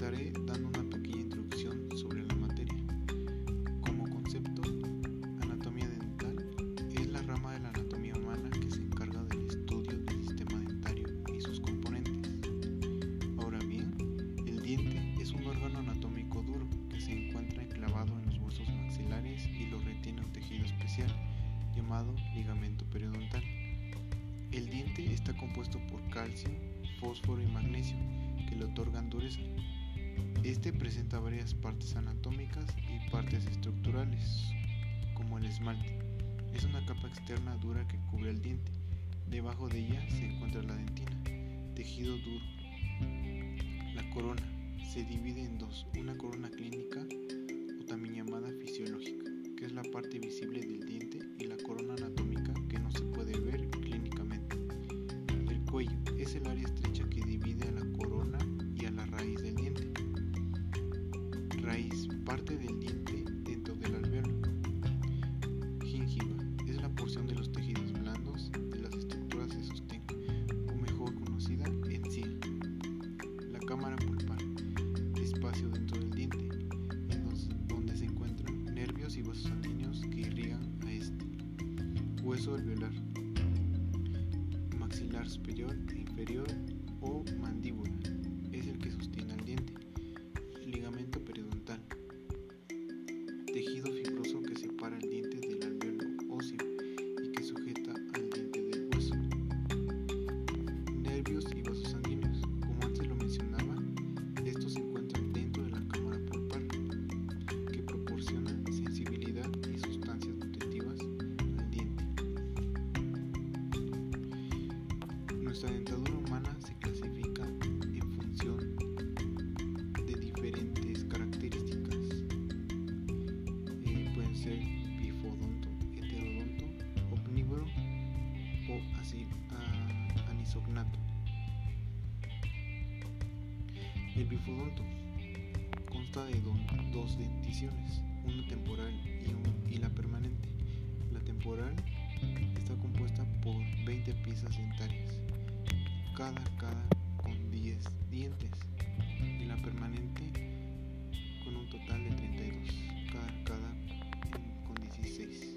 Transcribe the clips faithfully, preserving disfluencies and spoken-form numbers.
Comenzaré dando una pequeña introducción sobre la materia. Como concepto, anatomía dental es la rama de la anatomía humana que se encarga del estudio del sistema dentario y sus componentes. Ahora bien, el diente es un órgano anatómico duro que se encuentra enclavado en los huesos maxilares y lo retiene un tejido especial llamado ligamento periodontal. El diente está compuesto por calcio, fósforo y magnesio que le otorgan dureza. Este presenta varias partes anatómicas y partes estructurales, como el esmalte. Es una capa externa dura que cubre el diente. Debajo de ella se encuentra la dentina, tejido duro. La corona se divide en dos, una corona clínica o también llamada fisiológica, que es la parte visible del diente, y la corona anatómica que no se puede ver clínicamente. El cuello es el área estrecha que divide a la corona y a la raíz del diente. Raíz, parte del diente dentro del alvéolo. Gingiva es la porción de los tejidos blandos de las estructuras de sostén, o mejor conocida, encía. La cámara pulpar, espacio dentro del diente, en donde se encuentran nervios y vasos sanguíneos que irrigan a este. Hueso alveolar, maxilar superior e inferior o mandíbula, es el que sostiene al diente. Ligamento periodontal, tejido fibroso que separa el diente del alvéolo óseo y que sujeta al diente del hueso. Nervios y vasos sanguíneos, como antes lo mencionaba, estos se encuentran dentro de la cámara pulpar, que proporcionan sensibilidad y sustancias nutritivas al diente. Nuestra dentadura humana se clasifica en función de diferentes características. Eh, pueden ser bifodonto, heterodonto, omnívoro o así, uh, anisognato. El bifodonto consta de do, dos denticiones, una temporal y, un, y la permanente. La temporal está compuesta por veinte piezas dentarias, cada arcada con diez dientes, y la permanente con un total de treinta y dos, cada arcada con dieciséis.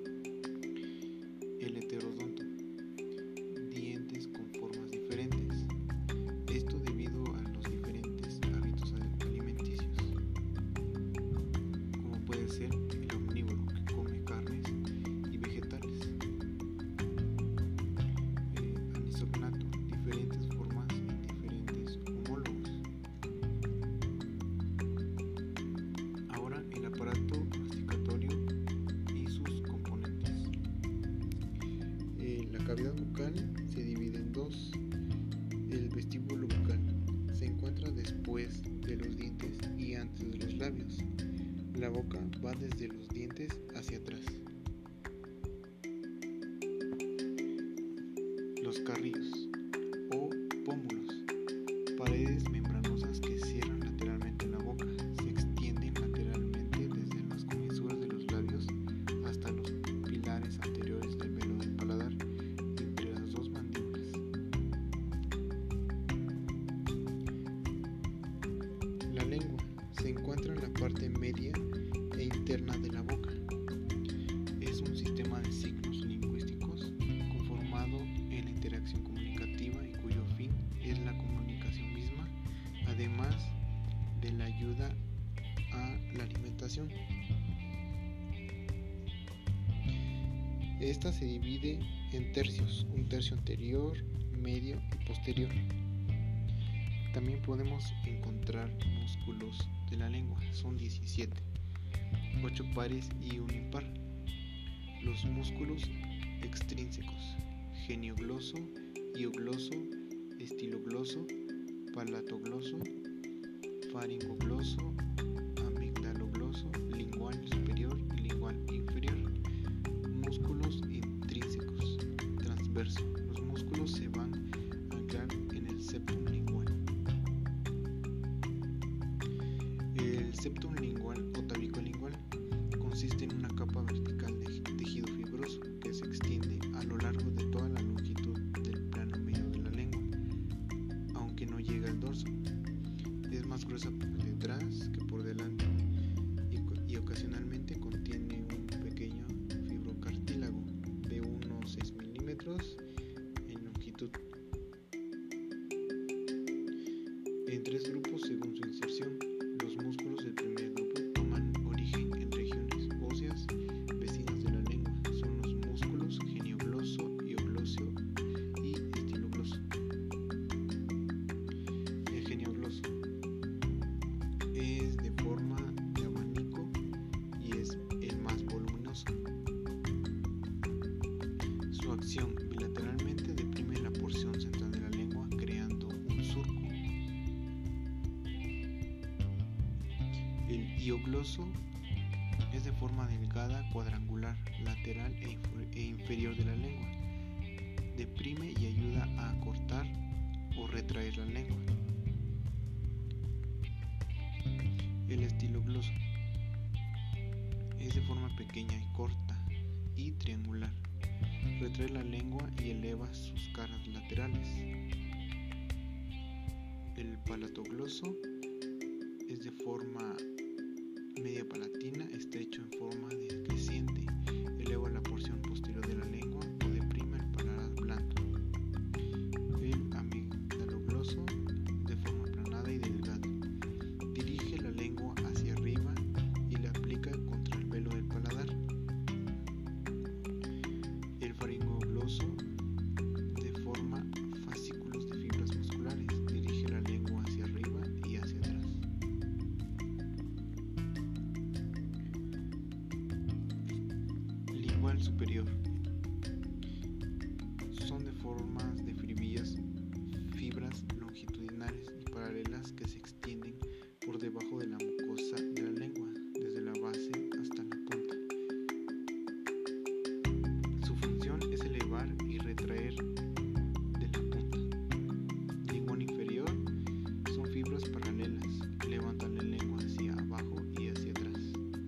El heterodonto, dientes con formas diferentes, esto debido a los diferentes hábitos alimenticios, como puede ser el omnívoro, que come carnes y vegetales. Eh, anisognato, diferentes formas en diferentes homólogos. Ahora el aparato masticatorio y sus componentes. Eh, la cavidad bucal se divide en dos. El vestíbulo bucal se encuentra después de los dientes y antes de los labios. La boca va desde los dientes hacia atrás. Los carrillos o pómulos, paredes membranosas que cierran lateralmente la boca, se extienden lateralmente desde las comisuras de los labios hasta los pilares anteriores del velo del paladar, entre las dos mandíbulas. La lengua se encuentra en la parte media e interna de la boca. Es un sistema de signos lingüísticos conformado en la interacción comunicativa y cuyo fin es la comunicación misma, además de la ayuda a la alimentación. Esta se divide en tercios, un tercio anterior, medio y posterior. También podemos encontrar músculos de la lengua, son diecisiete, ocho pares y un impar. Los músculos extrínsecos: geniogloso, hiogloso, estilogloso, palatogloso, faringogloso, amigdalogloso, lingual superior y lingual inferior. Músculos intrínsecos transverso: los músculos se van a anclar en el septum lingual. El septum lingual o tabique lingual consiste en una capa vertical de tejido fibroso que se extiende a lo largo de toda la longitud del plano medio de la lengua, aunque no llega al dorso. Es más gruesa por detrás que por delante y, y ocasionalmente contiene un pequeño fibrocartílago de unos seis milímetros en longitud, en tres grupos según su inserción. Los músculos del primer grupo toman origen en regiones óseas vecinas de la lengua. Son los músculos geniogloso, ioglosio y estilogloso. El geniogloso es de forma de abanico y es el más voluminoso. Su acción bilateralmente deprime la porción central de la lengua creando un surco. El iogloso es de forma delgada, cuadrangular, lateral e, e inferior de la lengua. Deprime y ayuda a acortar o retraer la lengua. El estilogloso es de forma pequeña y corta y triangular. Retrae la lengua y eleva sus caras laterales. El palatogloso es de forma media palatina, estrecho en forma decreciente, eleva la porción posterior de la lengua o deprime el paladar blando. El amigdalogloso, de forma aplanada y delgada, dirige la lengua hacia arriba y la aplica contra el velo del paladar. El faringogloso, de forma fascículos de fibras musculares, dirige la lengua hacia arriba y hacia atrás. Lingual superior. Son de formas de fibrillas, fibras longitudinales y paralelas que se extienden por debajo de la mucosa de la lengua, desde la base hasta la punta. Su función es elevar y retraer de la punta. Lingual inferior son fibras paralelas, levantan la lengua hacia abajo y hacia atrás.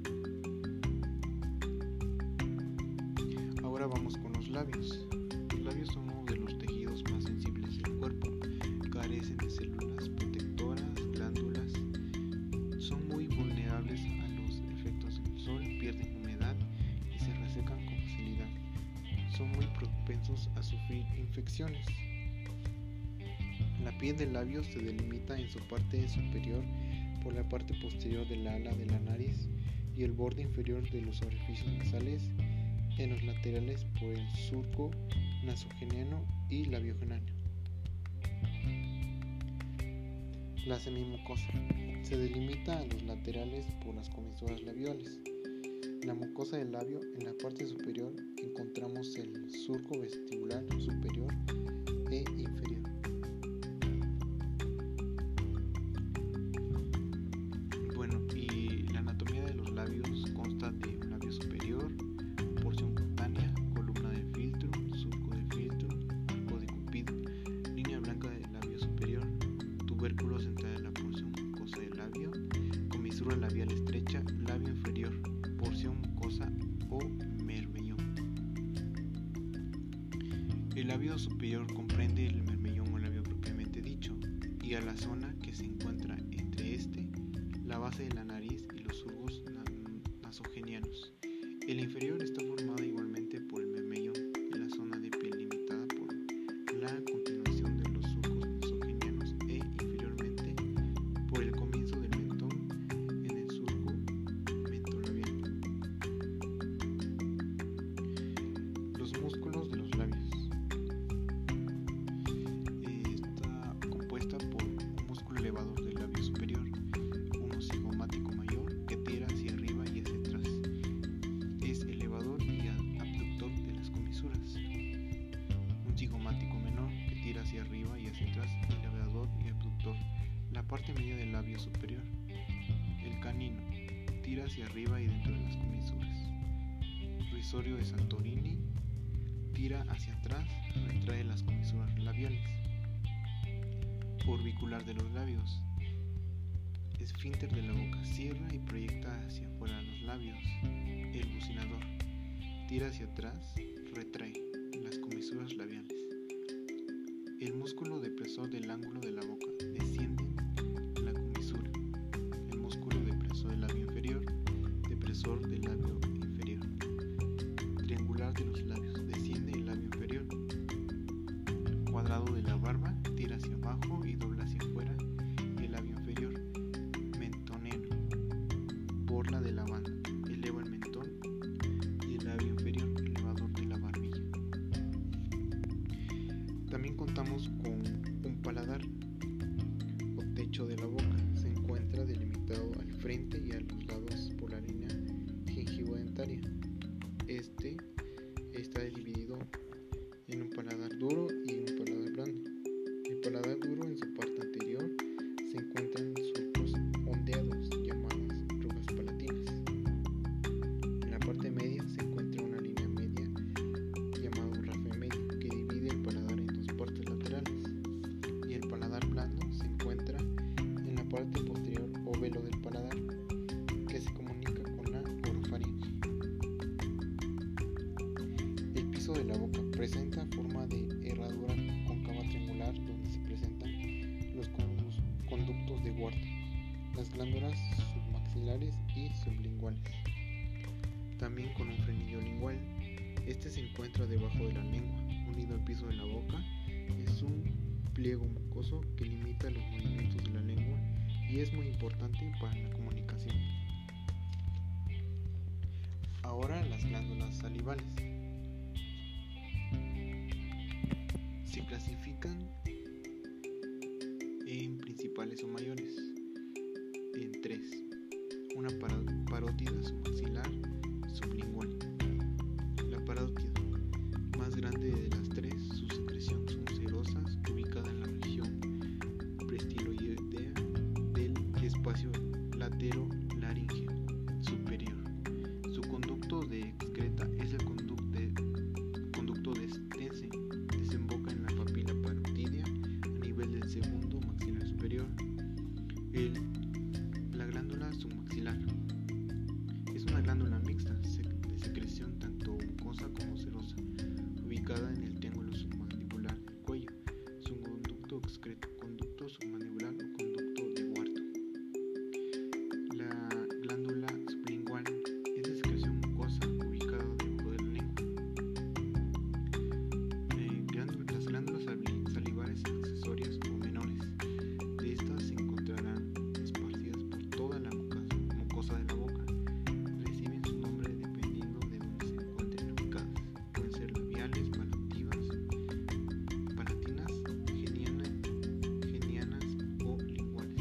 Ahora vamos con los labios. Los labios son uno de los tejidos más sensibles del cuerpo. Carecen de células protectoras, glándulas. Son muy vulnerables a los efectos del sol, pierden humedad y se resecan con facilidad. Son muy propensos a sufrir infecciones. La piel del labio se delimita en su parte superior por la parte posterior del ala de la nariz y el borde inferior de los orificios nasales, en los laterales por el surco nasogeniano y labiogenano. La semimucosa se delimita a los laterales por las comisuras labiales. La mucosa del labio, en la parte superior encontramos el surco vestibular superior e inferior. Bueno, y la anatomía de los labios consta de un labio superior, porción cutánea, columna del filtro, surco del filtro, arco de Cupido, línea blanca del labio superior, tubérculo central de la porción mucosa del labio, comisura labial estrecha, labio inferior, porción mucosa o mermellón. El labio superior comprende el mermellón o labio propiamente dicho y a la zona que se encuentra entre este, la base de la nariz y los surcos nasogenianos. El inferior está formado igualmente por el mermellón y la zona de piel limitada por la continuación de los surcos nasogenianos e inferiormente por el comienzo del mentón en el surco mentolabial. Los músculos de los labios. Está compuesta por un músculo elevador del labio superior, uno cigomático mayor que tira hacia arriba y hacia atrás. Es elevador y abductor de las comisuras. Un cigomático menor que tira hacia arriba y hacia atrás, elevador y abductor. La parte media del labio superior. El canino tira hacia arriba y dentro de las comisuras. Rizorio de Santorini tira hacia atrás, retrae las comisuras labiales. Orbicular de los labios. Esfínter de la boca, cierra y proyecta hacia afuera los labios. El bucinador tira hacia atrás, retrae las comisuras labiales. El músculo depresor del ángulo de la boca, desciende la comisura ancho de la boca. Se encuentra delimitado al frente y a los lados por la línea gingivo-dentaria. Este está dividido en un paladar duro y un paladar blando. El paladar duro, en su parte anterior, se encuentran surcos ondeados llamadas arrugas palatinas. En la parte media se encuentra una línea media llamada rafe medio que divide el paladar en dos partes laterales, y el paladar blando se encuentra en la parte posterior o velo del paladar que se comunica con la orofaringe. El piso de la boca presenta forma de herradura cóncava triangular donde se presentan los conductos de Wharton, las glándulas submaxilares y sublinguales, también con un frenillo lingual. Este se encuentra debajo de la lengua, unido al piso de la boca. Es un pliego mucoso que limita los movimientos de la lengua y es muy importante para la comunicación. Ahora las glándulas salivales. Se clasifican en principales o mayores en tres: una parótida submaxilar sublingual. La parótida más grande de las tres, sus secreciones son cerosas, ubicada en la región prestiloidea del espacio laterolaríngeo superior. Su conducto de excreta es el conducto de, conducto de Stensen. Desemboca en la papila parotidia a nivel del segundo maxilar superior. El, la glándula submaxilar es una glándula mixta de secreción tanto mucosa como serosa, ubicada en el triángulo submandibular del cuello. Su conducto excreto, conducto submandibular o conducto de Wharton. La glándula sublingual es de secreción mucosa, ubicada debajo de la lengua. Eh, glándulas, las glándulas salivares accesorias o menores. De estas se encontrarán esparcidas por toda la mucosa de la boca. Reciben su nombre dependiendo de dónde se encuentren ubicadas. Pueden ser labiales, palativas, palatinas, genianas, genianas o linguales.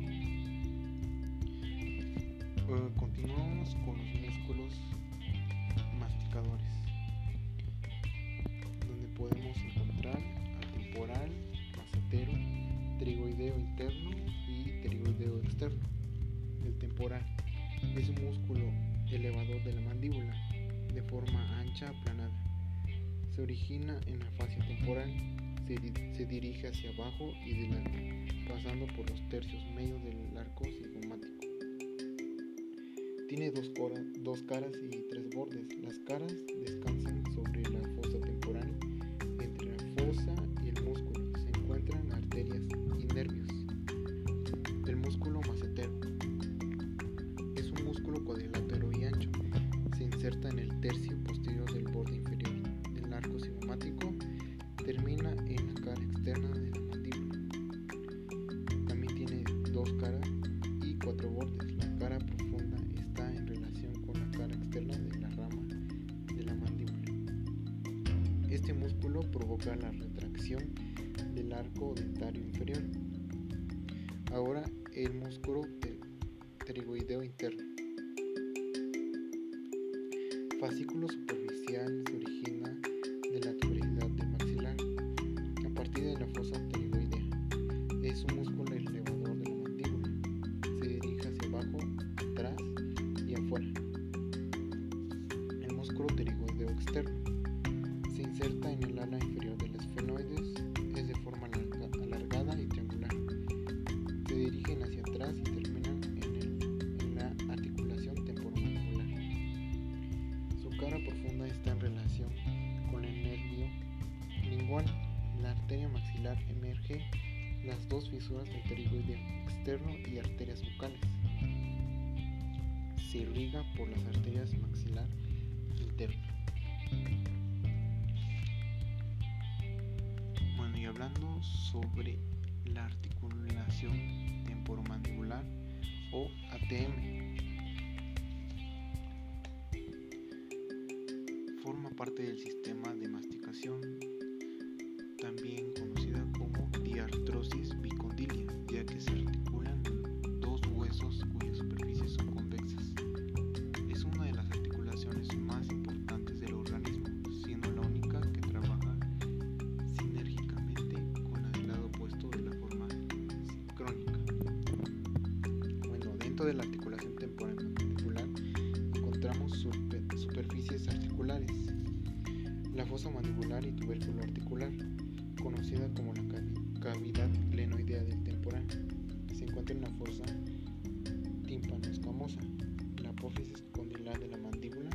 Uh, continuamos con los músculos masticadores, donde podemos encontrar atemporal, macetero, pterigoideo interno y pterigoideo externo. El temporal es un músculo elevador de la mandíbula, de forma ancha aplanada. Se origina en la fascia temporal, se, di- se dirige hacia abajo y de largo, pasando por los tercios medios del arco cigomático. Tiene dos, cora, dos caras y tres bordes. Las caras descansan sobre la fosa temporal. Entre la fosa y el músculo se encuentran arterias y nervios. El músculo macetero es un músculo cuadrilátero y ancho. Se inserta en el tercio posterior del borde inferior del arco cigomático. Termina en la cara externa de la mandíbula. También tiene dos caras y cuatro bordes. La cara profunda está en relación con la cara externa de la rama de la mandíbula. Este músculo provoca la retracción del arco dentario inferior. Ahora el músculo pterigoideo interno. Fascículo superficial se origina de la tuberosidad del maxilar a partir de la fosa pterigoidea. Es un músculo elevador de la mandíbula. Se dirige hacia abajo, atrás y afuera. El músculo pterigoideo externo se inserta en el ala inferior del esfenoides. Es de forma alargada y triangular. Se dirigen hacia atrás y terminan en, el, en la articulación temporomandibular. Su cara profunda está en relación con el nervio lingual. La arteria maxilar emerge las dos fisuras del pterigoideo externo y arterias bucales. Se irriga por las arterias maxilar interna. Bueno, y hablando sobre la articulación temporomandibular o A T M, forma parte del sistema de masticación, también conocida como diartrosis bicondilia, ya que se articula dentro de la articulación temporomandibular encontramos super, superficies articulares, la fosa mandibular y tubérculo articular, conocida como la cavidad glenoidea del temporal. Se encuentra en la fosa tímpano-escamosa, la apófisis condilar de la mandíbula.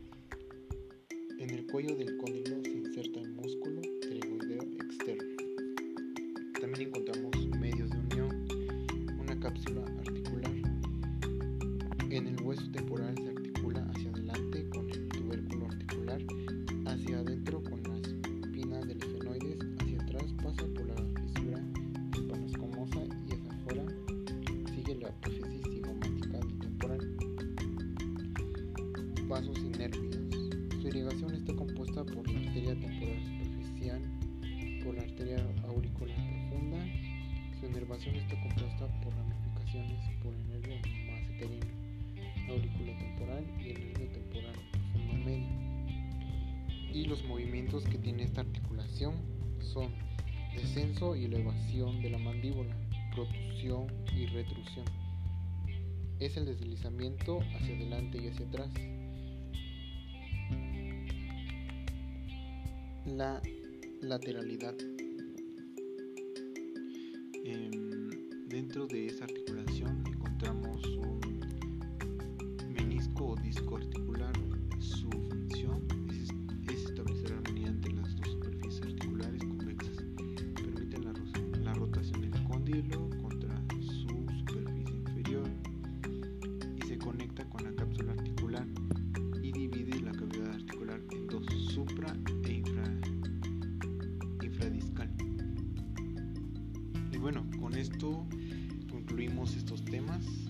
En el cuello del cóndilo se inserta el músculo pterygoideo externo. También encontramos medios de unión, una cápsula articular. En el hueso temporal se articula hacia adelante con el tubérculo articular, hacia adentro con la espina del efenoides, hacia atrás pasa por la fisura tímpano-escamosa y hacia afuera sigue la apófisis cigomática del temporal. Vasos y nervios. Su irrigación está compuesta por la arteria temporal superficial, por la arteria auricular profunda. Su inervación está compuesta por ramificaciones por el nervio masseterino, auriculotemporal y el nervio temporal profundo medio. Y los movimientos que tiene esta articulación son descenso y elevación de la mandíbula, protrusión y retrusión. Es el deslizamiento hacia adelante y hacia atrás. La lateralidad. Eh, dentro de esa articulación encontramos un menisco o disco articular. Su función es, es establecer armonía entre las dos superficies articulares convexas. Permiten la, la rotación del cóndilo contra su superficie inferior y se conecta con la cápsula articular y divide la cavidad articular en dos, supra e infra, infradiscal. Y bueno, con esto concluimos estos temas.